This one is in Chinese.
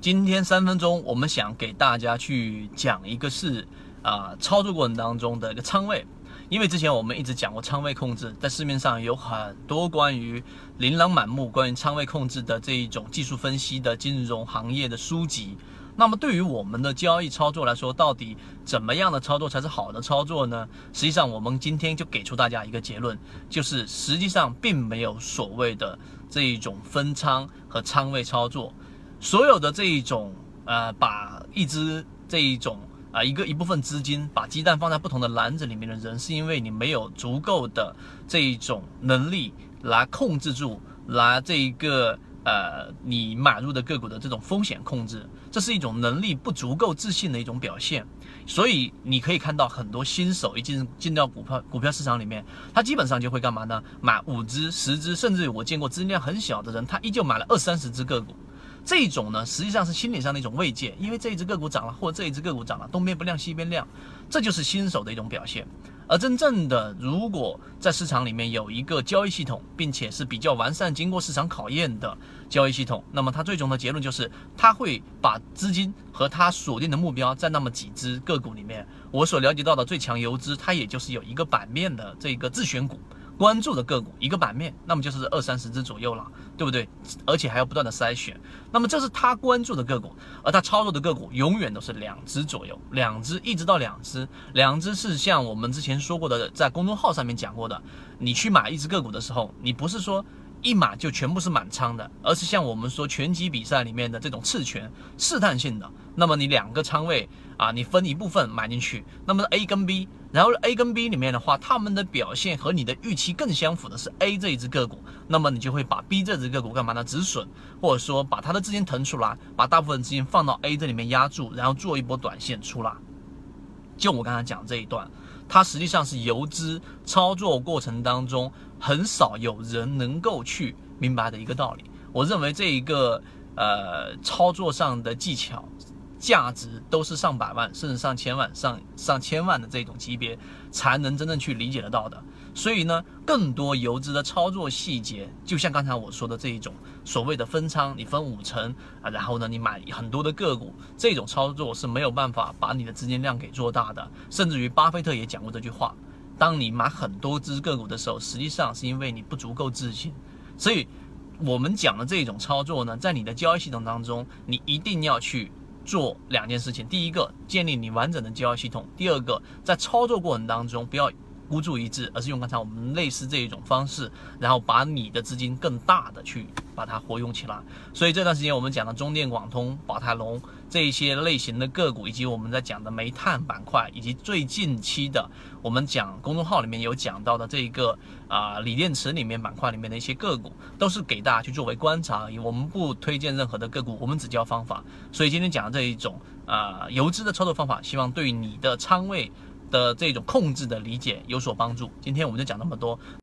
今天3分钟，我们想给大家去讲一个是操作过程当中的一个仓位，因为之前我们一直讲过仓位控制，在市面上有很多关于琳琅满目关于仓位控制的这一种技术分析的金融行业的书籍。那么对于我们的交易操作来说，到底怎么样的操作才是好的操作呢？实际上我们今天就给出大家一个结论，就是实际上并没有所谓的这一种分仓和仓位操作。所有的这一种把一部分资金把鸡蛋放在不同的篮子里面的人，是因为你没有足够的这一种能力来控制住来这一个你买入的个股的这种风险控制，这是一种能力不足够自信的一种表现。所以你可以看到很多新手一进到股票市场里面，他基本上就会干嘛呢？买5只、10只，甚至我见过资金量很小的人，他依旧买了20-30只个股。这一种呢，实际上是心理上的一种慰藉，因为这一只个股涨了，或者这一只个股涨了，东边不亮西边亮，这就是新手的一种表现。而真正的，如果在市场里面有一个交易系统，并且是比较完善、经过市场考验的交易系统，那么它最终的结论就是，它会把资金和它锁定的目标在那么几只个股里面。我所了解到的最强游资，它也就是有一个版面的这个自选股。关注的个股一个版面，那么就是20-30只左右了，对不对？而且还要不断的筛选。那么这是他关注的个股，而他操作的个股永远都是2只左右，2只一直到2只，2只是像我们之前说过的，在公众号上面讲过的，你去买一只个股的时候，你不是说一买就全部是满仓的，而是像我们说拳击比赛里面的这种次拳，试探性的。那么你2个仓位你分一部分买进去，那么 A 跟 B， 然后 A 跟 B 里面的话，他们的表现和你的预期更相符的是 A 这一只个股，那么你就会把 B 这只个股干嘛呢？止损，或者说把它的资金腾出来，把大部分资金放到 A 这里面压住，然后做一波短线出来。就我刚才讲这一段，它实际上是游资操作过程当中很少有人能够去明白的一个道理。我认为这一个操作上的技巧价值都是上百万甚至上千万上千万的这种级别才能真正去理解得到的。所以呢，更多游资的操作细节，就像刚才我说的这一种所谓的分仓，你分5成然后呢你买很多的个股，这种操作是没有办法把你的资金量给做大的。甚至于巴菲特也讲过这句话，当你买很多只个股的时候，实际上是因为你不足够自信。所以我们讲的这种操作呢，在你的交易系统当中，你一定要去做2件事情。第一个，建立你完整的交易系统；第二个，在操作过程当中不要孤注一掷，而是用刚才我们类似这一种方式，然后把你的资金更大的去把它活用起来。所以这段时间我们讲的中电、广通、宝泰隆这一些类型的个股，以及我们在讲的煤炭板块，以及最近期的我们讲公众号里面有讲到的这一个锂电池里面板块里面的一些个股，都是给大家去作为观察而已，我们不推荐任何的个股，我们只教方法。所以今天讲的这一种游资的操作方法，希望对你的仓位的这种控制的理解有所帮助。今天我们就讲那么多。